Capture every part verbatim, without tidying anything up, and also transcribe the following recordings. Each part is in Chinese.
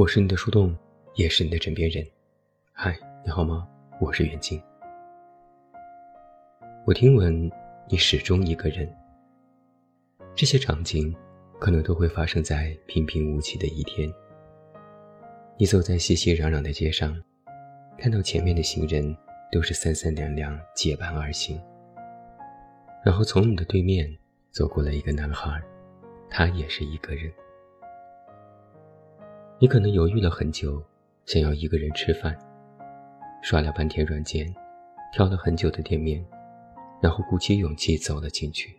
我是你的树洞，也是你的枕边人。嗨，你好吗？我是袁静。我听闻你始终一个人，这些场景可能都会发生在平平无奇的一天。你走在熙熙攘攘的街上，看到前面的行人都是三三两两结伴而行，然后从你的对面走过了一个男孩，他也是一个人。你可能犹豫了很久，想要一个人吃饭，刷了半天软件，挑了很久的店面，然后鼓起勇气走了进去。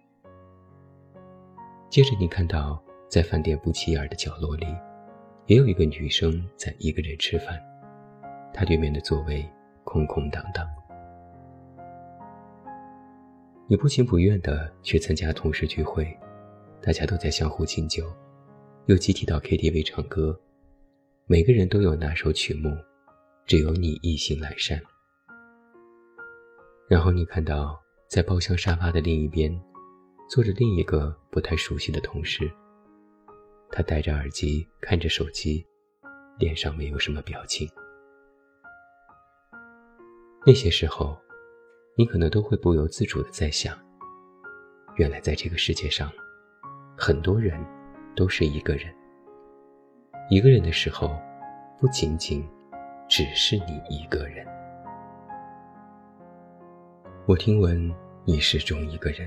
接着你看到在饭店不起眼的角落里，也有一个女生在一个人吃饭，她对面的座位空空荡荡。你不情不愿地去参加同事聚会，大家都在相互敬酒，又集体到 K T V 唱歌，每个人都有拿手曲目，只有你意兴阑珊。然后你看到在包厢沙发的另一边坐着另一个不太熟悉的同事，他戴着耳机看着手机，脸上没有什么表情。那些时候你可能都会不由自主地在想，原来在这个世界上很多人都是一个人，一个人的时候不仅仅只是你一个人。我听闻你始终一个人，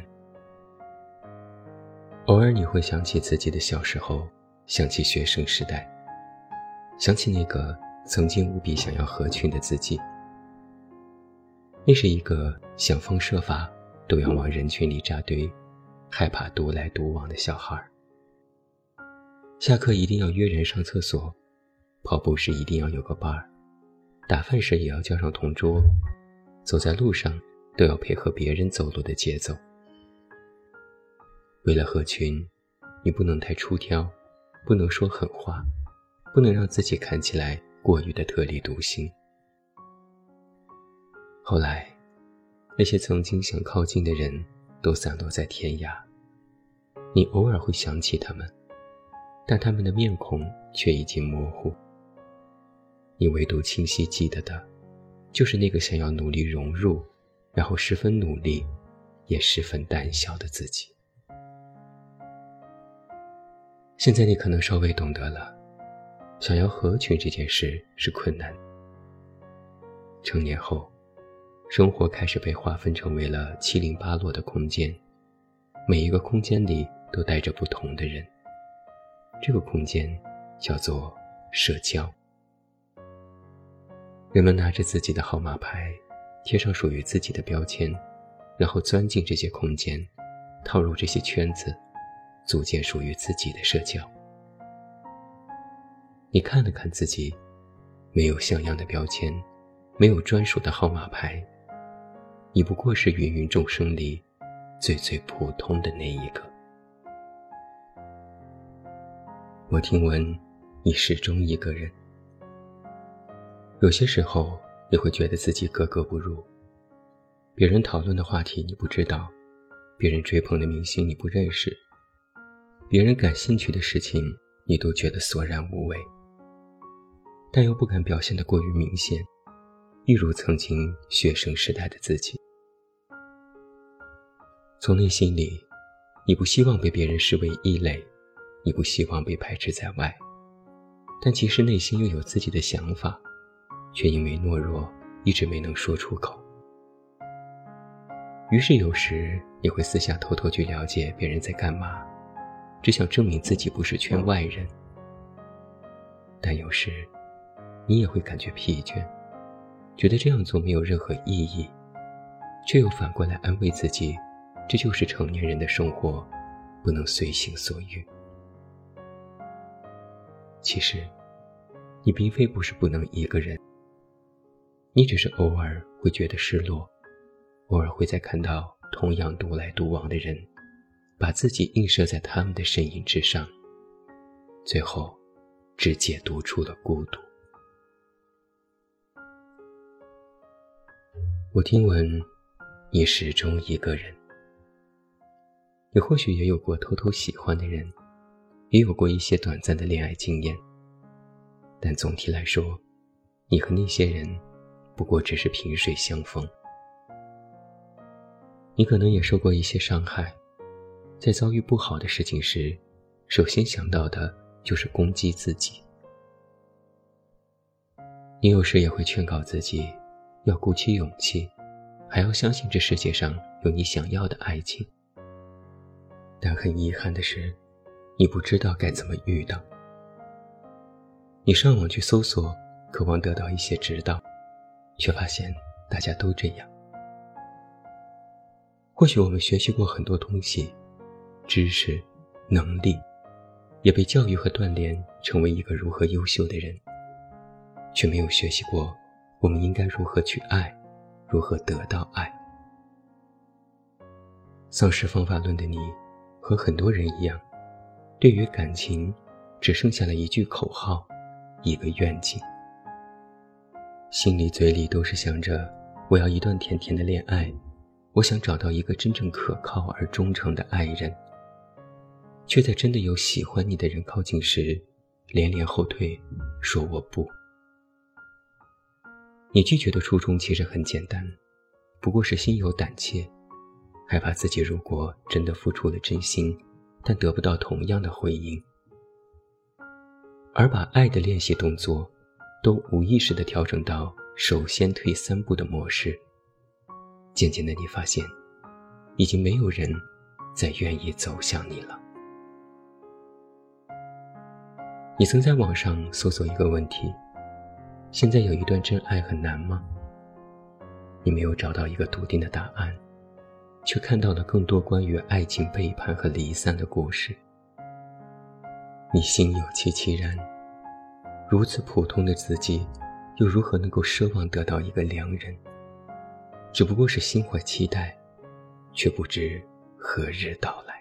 偶尔你会想起自己的小时候，想起学生时代，想起那个曾经无比想要合群的自己。那是一个想方设法都要往人群里扎堆，害怕独来独往的小孩。下课一定要约人上厕所，跑步时一定要有个伴儿，打饭时也要叫上同桌，走在路上都要配合别人走路的节奏。为了合群，你不能太出挑，不能说狠话，不能让自己看起来过于的特立独行。后来那些曾经想靠近的人都散落在天涯，你偶尔会想起他们，但他们的面孔却已经模糊。你唯独清晰记得的就是那个想要努力融入，然后十分努力也十分胆小的自己。现在你可能稍微懂得了，想要合群这件事是困难。成年后，生活开始被划分成为了七零八落的空间，每一个空间里都带着不同的人，这个空间叫做社交。人们拿着自己的号码牌，贴上属于自己的标签，然后钻进这些空间，套入这些圈子，组建属于自己的社交。你看了看自己，没有像样的标签，没有专属的号码牌，你不过是芸芸众生里最最普通的那一个。我听闻你始终一个人，有些时候你会觉得自己格格不入，别人讨论的话题你不知道，别人追捧的明星你不认识，别人感兴趣的事情你都觉得索然无味，但又不敢表现得过于明显，一如曾经学生时代的自己。从内心里，你不希望被别人视为异类，你不希望被排斥在外，但其实内心又有自己的想法，却因为懦弱一直没能说出口。于是有时你会私下偷偷去了解别人在干嘛，只想证明自己不是圈外人。但有时你也会感觉疲倦，觉得这样做没有任何意义，却又反过来安慰自己，这就是成年人的生活，不能随心所欲。其实你并非不是不能一个人，你只是偶尔会觉得失落，偶尔会在看到同样独来独往的人，把自己映射在他们的身影之上，最后只解读出了孤独。我听闻你始终一个人，你或许也有过偷偷喜欢的人，也有过一些短暂的恋爱经验， 但总体来说，你和那些人不过只是萍水相逢。你可能也受过一些伤害，在遭遇不好的事情时，首先想到的就是攻击自己。你有时也会劝告自己，要鼓起勇气，还要相信这世界上有你想要的爱情。但很遗憾的是，你不知道该怎么遇到。你上网去搜索，渴望得到一些指导，却发现大家都这样。或许我们学习过很多东西，知识、能力，也被教育和锻炼成为一个如何优秀的人，却没有学习过我们应该如何去爱，如何得到爱。丧失方法论的你，和很多人一样，对于感情只剩下了一句口号，一个愿景，心里嘴里都是想着我要一段甜甜的恋爱，我想找到一个真正可靠而忠诚的爱人，却在真的有喜欢你的人靠近时，连连后退，说我不。你拒绝的初衷其实很简单，不过是心有胆怯，害怕自己如果真的付出了真心，但得不到同样的回应。而把爱的练习动作都无意识地调整到首先退三步的模式，渐渐的你发现，已经没有人再愿意走向你了。你曾在网上搜索一个问题，现在有一段真爱很难吗？你没有找到一个笃定的答案，却看到了更多关于爱情背叛和离散的故事。你心有戚戚然，如此普通的自己，又如何能够奢望得到一个良人？只不过是心怀期待，却不知何日到来。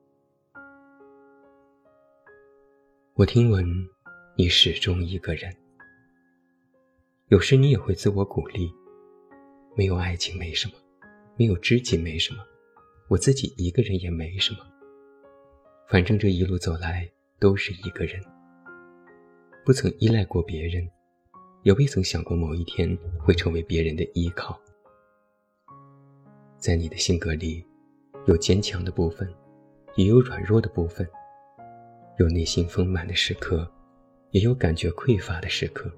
我听闻你始终一个人，有时你也会自我鼓励，没有爱情没什么，没有知己没什么，我自己一个人也没什么，反正这一路走来都是一个人，不曾依赖过别人，也未曾想过某一天会成为别人的依靠。在你的性格里，有坚强的部分，也有软弱的部分，有内心丰满的时刻，也有感觉匮乏的时刻。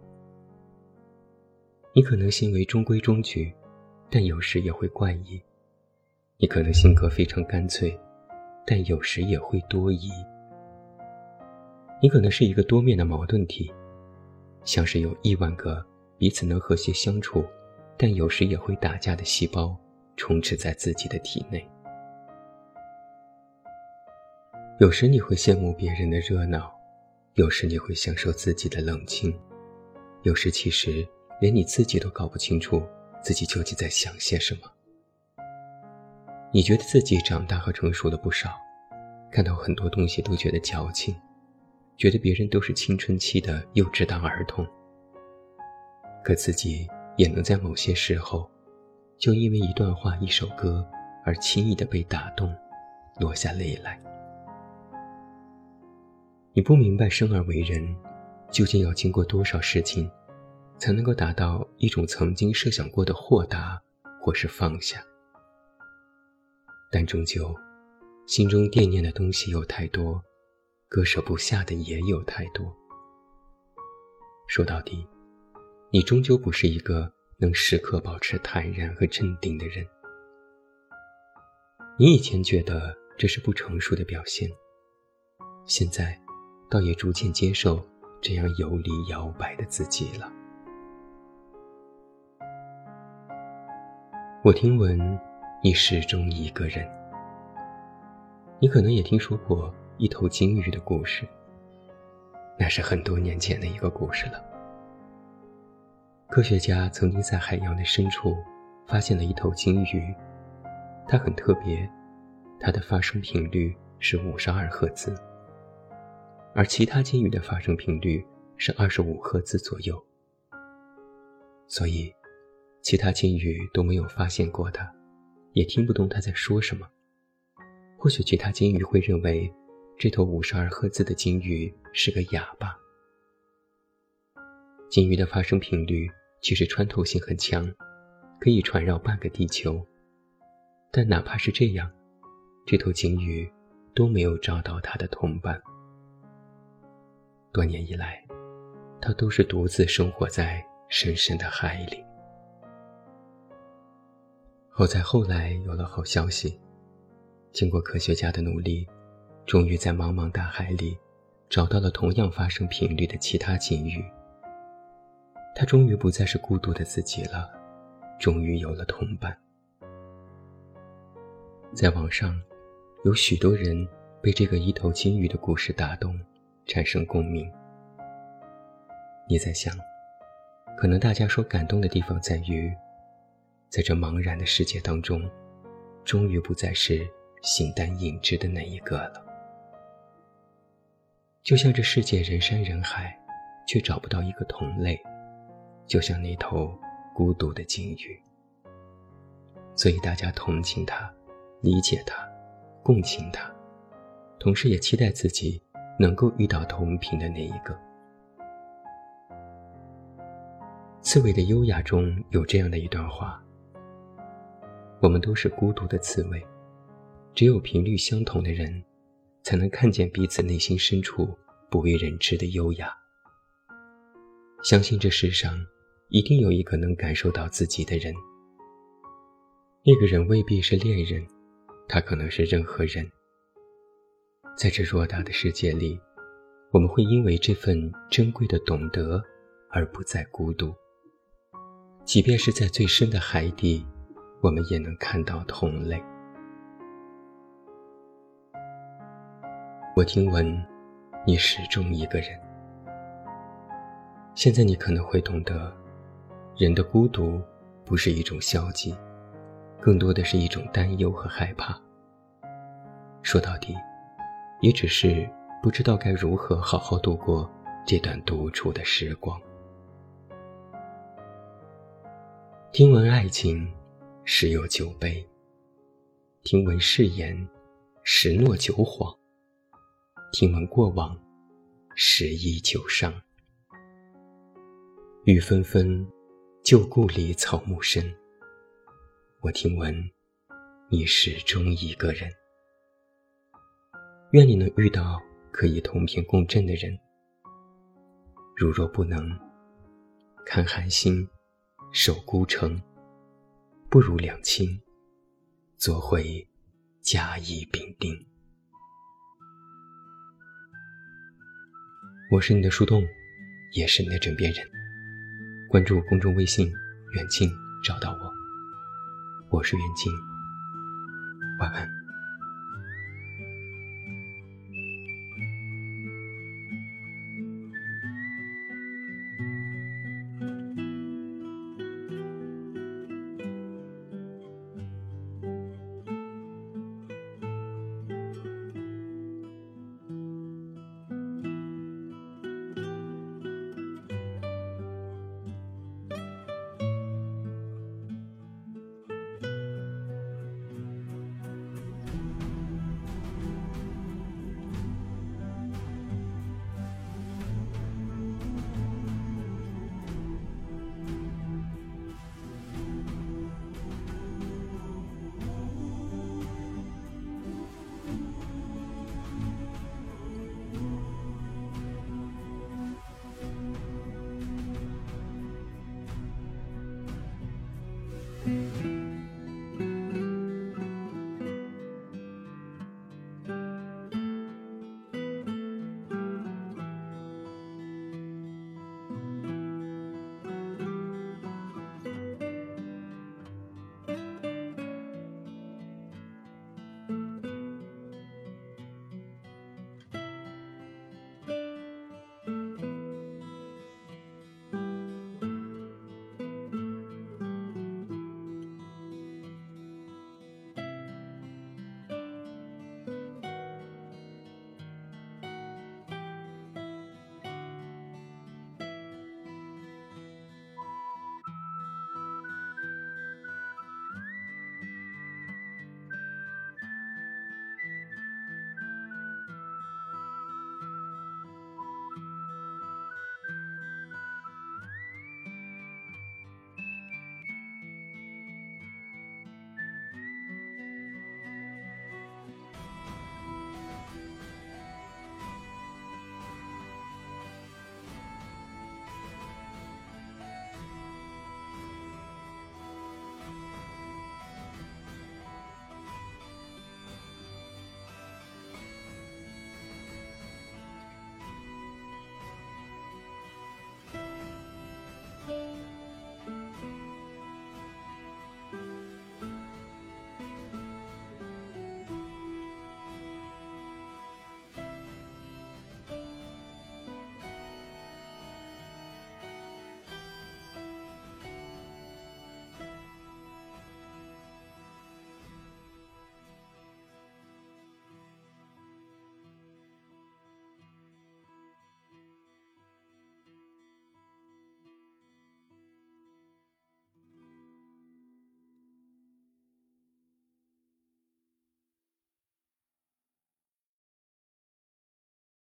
你可能行为中规中矩，但有时也会怪异。你可能性格非常干脆，但有时也会多疑。你可能是一个多面的矛盾体，像是有亿万个彼此能和谐相处，但有时也会打架的细胞充斥在自己的体内。有时你会羡慕别人的热闹，有时你会享受自己的冷清，有时其实连你自己都搞不清楚自己究竟在想些什么。你觉得自己长大和成熟了不少，看到很多东西都觉得矫情，觉得别人都是青春期的幼稚当儿童，可自己也能在某些时候就因为一段话一首歌而轻易地被打动，落下泪来。你不明白生而为人究竟要经过多少事情，才能够达到一种曾经设想过的豁达或是放下，但终究心中惦念的东西有太多，割舍不下的也有太多。说到底，你终究不是一个能时刻保持坦然和镇定的人。你以前觉得这是不成熟的表现，现在倒也逐渐接受这样游离摇摆的自己了。我听闻你始终一个人，你可能也听说过一头鲸鱼的故事，那是很多年前的一个故事了。科学家曾经在海洋的深处发现了一头鲸鱼，它很特别，它的发声频率是五十二赫兹，而其他鲸鱼的发声频率是二十五赫兹左右，所以其他鲸鱼都没有发现过它，也听不懂它在说什么。或许其他鲸鱼会认为这头五十二赫兹的鲸鱼是个哑巴。 鲸鱼的发生频率其实穿透性很强，可以传绕半个地球，但哪怕是这样，这头鲸鱼都没有找到它的同伴。多年以来，它都是独自生活在深深的海里。好在后来有了好消息，经过科学家的努力，终于在茫茫大海里找到了同样发生频率的其他鲸鱼。它终于不再是孤独的自己了，终于有了同伴。在网上，有许多人被这个一头鲸鱼的故事打动，产生共鸣。你在想，可能大家说感动的地方在于，在这茫然的世界当中，终于不再是形单影只的那一个了。就像这世界人山人海，却找不到一个同类，就像那头孤独的鲸鱼。所以大家同情它，理解它，共情它，同时也期待自己能够遇到同频的那一个。刺猬的优雅中有这样的一段话：我们都是孤独的刺猬，只有频率相同的人，才能看见彼此内心深处不为人知的优雅。相信这世上一定有一个能感受到自己的人，那个人未必是恋人，他可能是任何人。在这偌大的世界里，我们会因为这份珍贵的懂得而不再孤独，即便是在最深的海底，我们也能看到同类。我听闻你始终一个人。现在你可能会懂得，人的孤独不是一种消极，更多的是一种担忧和害怕。说到底，也只是不知道该如何好好度过这段独处的时光。听闻爱情，十有九悲；听闻誓言，十诺九谎；听闻过往，十忆九伤。雨纷纷，旧故里草木深。我听闻，你始终一个人。愿你能遇到可以同频共振的人。如若不能，看寒星，守孤城，不如两清，做回甲乙丙丁。我是你的树洞，也是你的枕边人。关注公众微信远近找到我，我是远近，晚安。